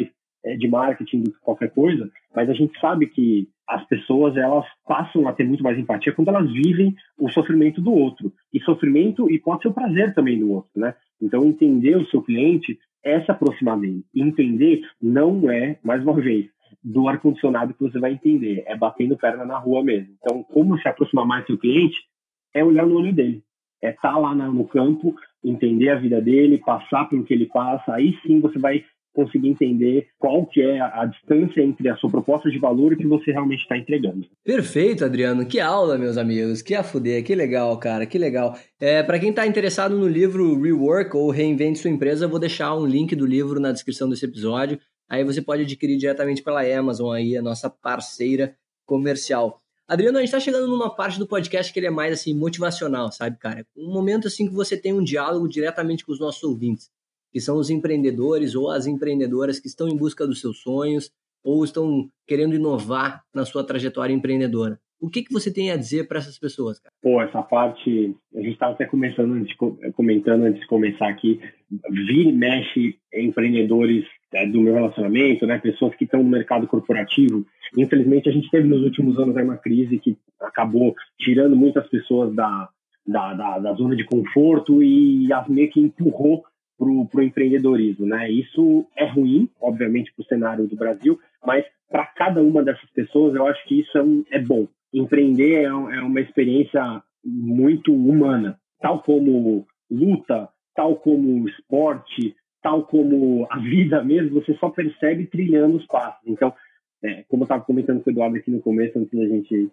é, de marketing do que qualquer coisa, mas a gente sabe que as pessoas, elas passam a ter muito mais empatia quando elas vivem o sofrimento do outro. E sofrimento, e pode ser o prazer também do outro, né? Então, entender o seu cliente é se aproximar dele. E entender não é, mais uma vez, do ar-condicionado que você vai entender, é batendo perna na rua mesmo. Então, como se aproximar mais do seu cliente é olhar no olho dele. É estar lá no campo, entender a vida dele, passar pelo que ele passa, aí sim você vai conseguir entender qual que é a, a distância entre a sua proposta de valor e o que você realmente está entregando. Perfeito, Adriano. Que aula, meus amigos. Que a fuder. Que legal, cara. Que legal. É, para quem está interessado no livro Rework ou Reinvente Sua Empresa, eu vou deixar um link do livro na descrição desse episódio. Aí você pode adquirir diretamente pela Amazon, aí, a nossa parceira comercial. Adriano, a gente está chegando numa parte do podcast que ele é mais assim motivacional, sabe, cara? Um momento assim que você tem um diálogo diretamente com os nossos ouvintes, que são os empreendedores ou as empreendedoras que estão em busca dos seus sonhos ou estão querendo inovar na sua trajetória empreendedora. O que, que você tem a dizer para essas pessoas, cara? Pô, essa parte, a gente estava até começando antes, comentando antes de começar aqui, vira e mexe empreendedores é, do meu relacionamento, né, pessoas que estão no mercado corporativo. Infelizmente, a gente teve nos últimos anos aí uma crise que acabou tirando muitas pessoas da, da, da, da zona de conforto e as meio que empurrou para o empreendedorismo, né? Isso é ruim, obviamente, para o cenário do Brasil, mas para cada uma dessas pessoas, eu acho que isso é, um, é bom. Empreender é, um, é uma experiência muito humana, tal como luta, tal como esporte, tal como a vida mesmo, você só percebe trilhando os passos. Então, é, como eu estava comentando com o Eduardo aqui no começo, antes da gente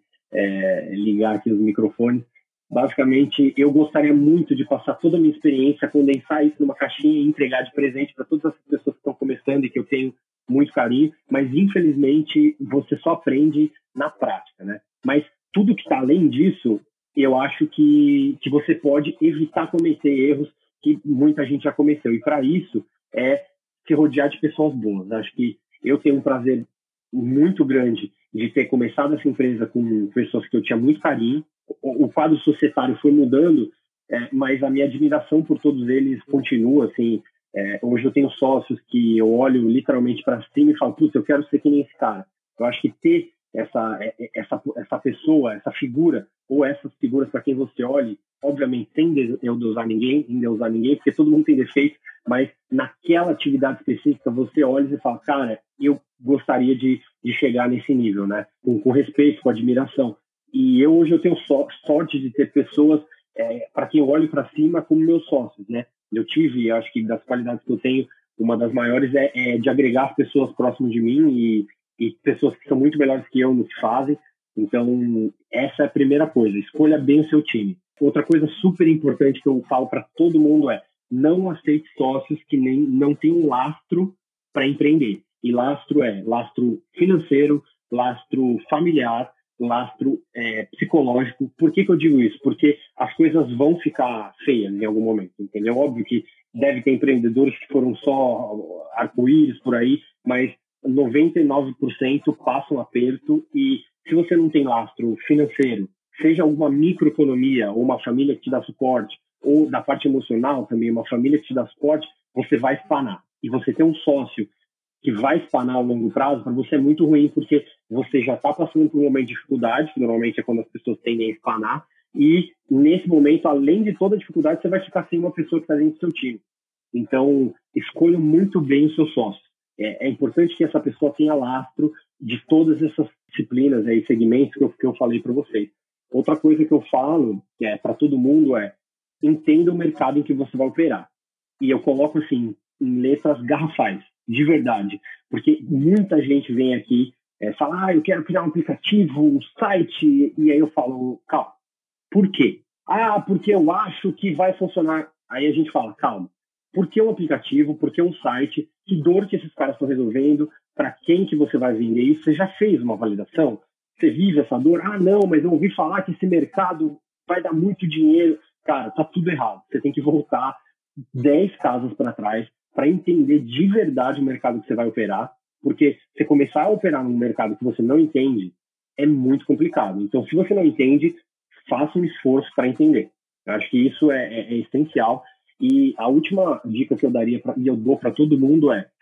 é, ligar aqui os microfones, basicamente, eu gostaria muito de passar toda a minha experiência, condensar isso numa caixinha e entregar de presente para todas as pessoas que estão começando e que eu tenho muito carinho, mas infelizmente você só aprende na prática, né? Mas tudo que está além disso, eu acho que, que você pode evitar cometer erros que muita gente já cometeu. E para isso, é se rodear de pessoas boas. Acho que eu tenho um prazer muito grande de ter começado essa empresa com pessoas que eu tinha muito carinho. O, o quadro societário foi mudando, é, mas a minha admiração por todos eles continua, assim. É, hoje eu tenho sócios que eu olho literalmente para cima e falo, putz, eu quero ser que nem esse cara. Eu acho que ter essa, essa, essa pessoa, essa figura, ou essas figuras para quem você olhe, obviamente sem endeusar ninguém, endeusar ninguém, porque todo mundo tem defeito, mas naquela atividade específica você olha e fala, cara, eu gostaria de, de chegar nesse nível, né? Com, com respeito, com admiração. E eu hoje eu tenho so, sorte de ter pessoas é, para quem eu olho para cima como meus sócios, né? Eu tive, acho que das qualidades que eu tenho, uma das maiores é, é de agregar as pessoas próximas de mim e, e pessoas que são muito melhores que eu no que fazem. Então, essa é a primeira coisa, escolha bem o seu time. Outra coisa super importante que eu falo para todo mundo é não aceite sócios que nem, não têm um lastro para empreender. E lastro é lastro financeiro, lastro familiar, lastro é, psicológico. Por que que eu digo isso? Porque as coisas vão ficar feias em algum momento, entendeu? Óbvio que deve ter empreendedores que foram só arco-íris por aí, mas noventa e nove por cento passam aperto e se você não tem lastro financeiro, seja alguma microeconomia ou uma família que te dá suporte, ou da parte emocional também, uma família que te dá suporte, você vai espanar. E você ter um sócio que vai espanar a longo prazo, para você é muito ruim, porque você já está passando por um momento de dificuldade, que normalmente é quando as pessoas tendem a espanar, e nesse momento, além de toda a dificuldade, você vai ficar sem uma pessoa que está dentro do seu time. Então, escolha muito bem o seu sócio. É, é importante que essa pessoa tenha lastro de todas essas disciplinas e segmentos que eu, que eu falei para vocês. Outra coisa que eu falo, que é para todo mundo, é entenda o mercado em que você vai operar. E eu coloco assim, em letras garrafais, de verdade. Porque muita gente vem aqui é, fala, ah, eu quero criar um aplicativo, um site, e aí eu falo, calma, por quê? Ah, porque eu acho que vai funcionar. Aí a gente fala, calma, por que um aplicativo, por que um site, que dor que esses caras estão resolvendo, para quem que você vai vender isso? Você já fez uma validação? Você vive essa dor? Ah, não, mas eu ouvi falar que esse mercado vai dar muito dinheiro. Cara, tá tudo errado. Você tem que voltar dez casas para trás para entender de verdade o mercado que você vai operar, porque você começar a operar num mercado que você não entende é muito complicado. Então, se você não entende, faça um esforço para entender. Eu acho que isso é, é, é essencial. E a última dica que eu daria pra, e eu dou para todo mundo é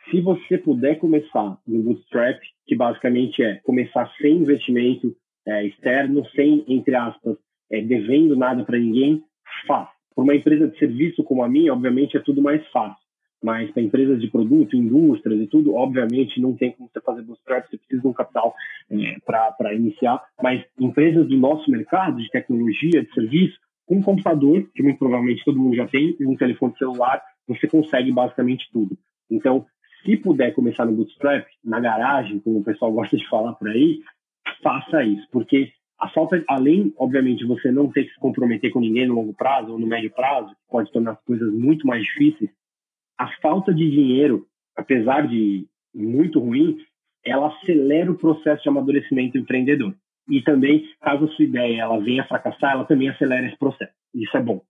se você puder começar no Bootstrap, que basicamente é começar sem investimento é, externo, sem, entre aspas, é, devendo nada para ninguém, faça. Para uma empresa de serviço como a minha, obviamente, é tudo mais fácil. Mas para empresas de produto, indústrias e tudo, obviamente, não tem como você fazer Bootstrap, você precisa de um capital é, para iniciar. Mas empresas do nosso mercado, de tecnologia, de serviço, com um computador, que muito provavelmente todo mundo já tem, e um telefone celular, você consegue basicamente tudo. Então, se puder começar no Bootstrap, na garagem, como o pessoal gosta de falar por aí, faça isso. Porque a falta, além, obviamente, de você não ter que se comprometer com ninguém no longo prazo ou no médio prazo, que pode tornar as coisas muito mais difíceis, a falta de dinheiro, apesar de muito ruim, ela acelera o processo de amadurecimento empreendedor. E também, caso a sua ideia ela venha a fracassar, ela também acelera esse processo. Isso é bom.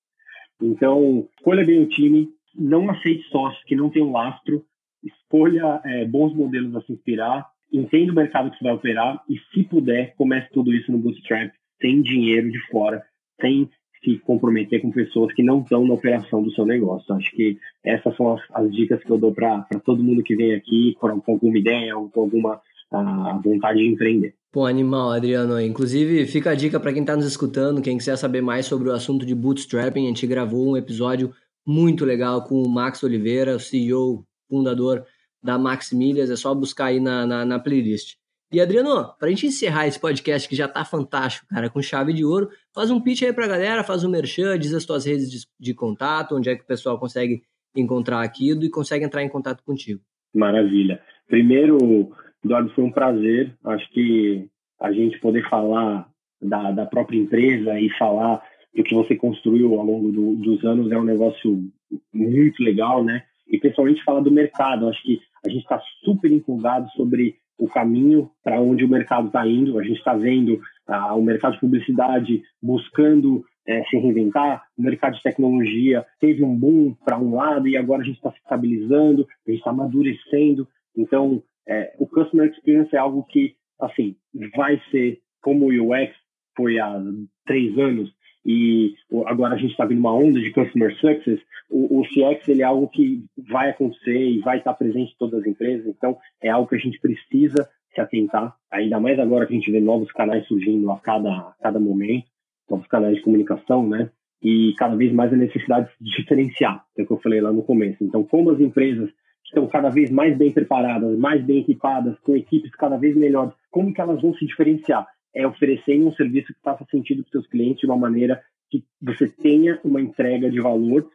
Então, escolha bem o time, não aceite sócios que não tenham lastro, escolha é, bons modelos a se inspirar, entenda o mercado que você vai operar e, se puder, comece tudo isso no Bootstrap, sem dinheiro de fora, sem se comprometer com pessoas que não estão na operação do seu negócio. Acho que essas são as, as dicas que eu dou para todo mundo que vem aqui com, com alguma ideia ou com alguma a vontade de empreender. Pô, animal, Adriano. Inclusive, fica a dica para quem está nos escutando, quem quiser saber mais sobre o assunto de bootstrapping, a gente gravou um episódio muito legal com o Max Oliveira, o C E O, fundador da Max Milhas, é só buscar aí na, na, na playlist. E, Adriano, para a gente encerrar esse podcast que já tá fantástico, cara, com chave de ouro, faz um pitch aí pra galera, faz um merchan, diz as tuas redes de, de contato, onde é que o pessoal consegue encontrar aquilo e consegue entrar em contato contigo. Maravilha. Primeiro, Eduardo, foi um prazer. Acho que a gente poder falar da, da própria empresa e falar do que você construiu ao longo do, dos anos é um negócio muito legal, né? E principalmente falar do mercado. Acho que a gente está super empolgado sobre o caminho para onde o mercado está indo. A gente está vendo ah, o mercado de publicidade buscando é, se reinventar, o mercado de tecnologia teve um boom para um lado e agora a gente está se estabilizando, a gente está amadurecendo. Então, é, o Customer Experience é algo que, assim, vai ser como o U X foi há três anos e agora a gente está vendo uma onda de Customer Success. O, o C X ele é algo que vai acontecer e vai estar presente em todas as empresas, então é algo que a gente precisa se atentar, ainda mais agora que a gente vê novos canais surgindo a cada, a cada momento, novos canais de comunicação, né? E cada vez mais a necessidade de diferenciar, é o que eu falei lá no começo. Então, como as empresas estão cada vez mais bem preparadas, mais bem equipadas, com equipes cada vez melhores, como que elas vão se diferenciar? É oferecendo um serviço que faça sentido para os seus clientes de uma maneira que você tenha uma entrega de valor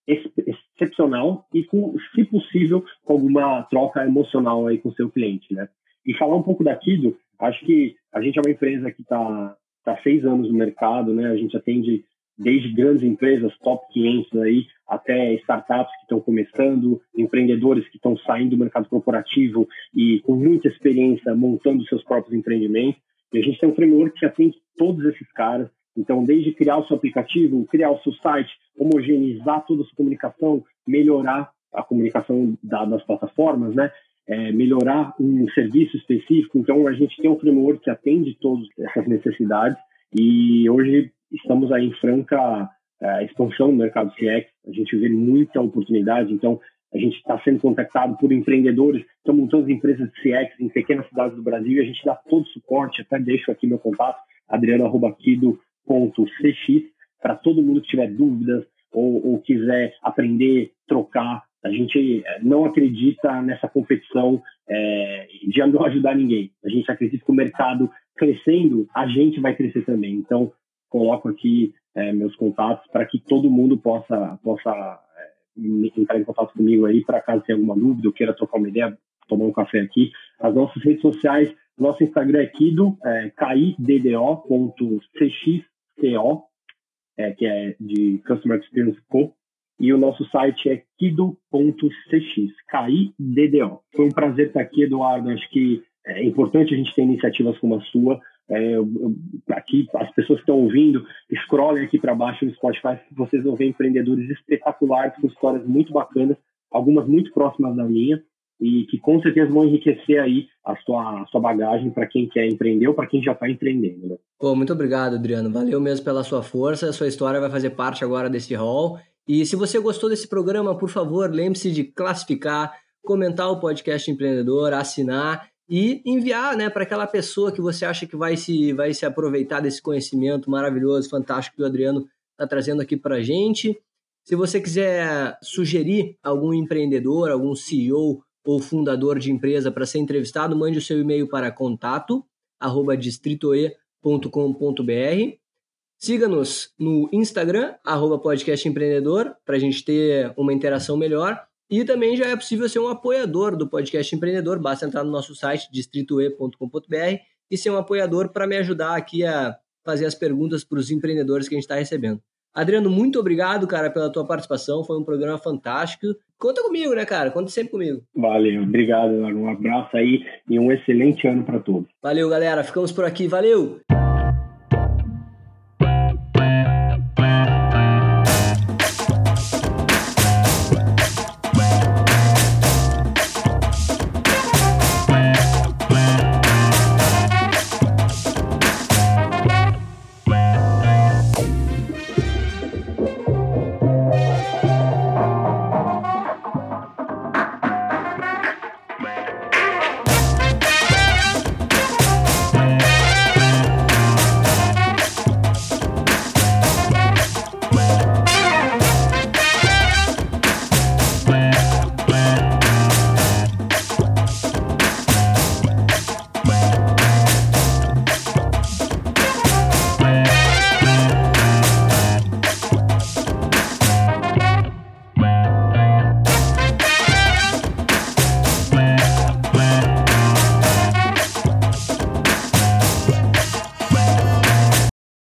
excepcional e, com, se possível, com alguma troca emocional aí com o seu cliente, né? E falar um pouco da Kido, acho que a gente é uma empresa que está há seis anos no mercado, né? A gente atende desde grandes empresas, top quinhentos aí, até startups que estão começando, empreendedores que estão saindo do mercado corporativo e com muita experiência montando seus próprios empreendimentos. E a gente tem um framework que atende todos esses caras. Então, desde criar o seu aplicativo, criar o seu site, homogeneizar toda a sua comunicação, melhorar a comunicação da, das plataformas, né? É, melhorar um serviço específico. Então, a gente tem um framework que atende todas essas necessidades e hoje estamos aí em franca é, expansão no mercado C X. A gente vê muita oportunidade, então a gente está sendo contactado por empreendedores, estão montando empresas de C X em pequenas cidades do Brasil e a gente dá todo o suporte, até deixo aqui meu contato, adriano arroba kido ponto c x, para todo mundo que tiver dúvidas ou, ou quiser aprender, trocar. A gente não acredita nessa competição é, de não ajudar ninguém. A gente acredita que o mercado crescendo, a gente vai crescer também. Então, coloco aqui é, meus contatos para que todo mundo possa, possa é, entrar em contato comigo aí, para caso tenha alguma dúvida ou queira trocar uma ideia, tomar um café aqui. As nossas redes sociais, nosso Instagram é Kido, é, kido ponto c x c o, é, que é de Customer Experience Co. E o nosso site é kido ponto c x, K I D D O. Foi um prazer estar aqui, Eduardo. Acho que é importante a gente ter iniciativas como a sua. É, eu, eu, aqui, as pessoas que estão ouvindo, scrollem aqui para baixo no Spotify, vocês vão ver empreendedores espetaculares, com histórias muito bacanas, algumas muito próximas da minha, e que com certeza vão enriquecer aí a sua, a sua bagagem para quem quer empreender ou para quem já está empreendendo, né? Pô, muito obrigado, Adriano. Valeu mesmo pela sua força. A sua história vai fazer parte agora desse hall. E se você gostou desse programa, por favor, lembre-se de classificar, comentar o podcast Empreendedor, assinar e enviar, né, para aquela pessoa que você acha que vai se, vai se aproveitar desse conhecimento maravilhoso, fantástico que o Adriano está trazendo aqui para a gente. Se você quiser sugerir algum empreendedor, algum C E O ou fundador de empresa para ser entrevistado, mande o seu e-mail para contato arroba distritoe ponto com ponto br. Siga-nos no Instagram, arroba podcast empreendedor, para a gente ter uma interação melhor. E também já é possível ser um apoiador do podcast Empreendedor. Basta entrar no nosso site, distritoe ponto com ponto br, e ser um apoiador para me ajudar aqui a fazer as perguntas para os empreendedores que a gente está recebendo. Adriano, muito obrigado, cara, pela tua participação. Foi um programa fantástico. Conta comigo, né, cara? Conta sempre comigo. Valeu, obrigado. Um abraço aí e um excelente ano para todos. Valeu, galera. Ficamos por aqui. Valeu!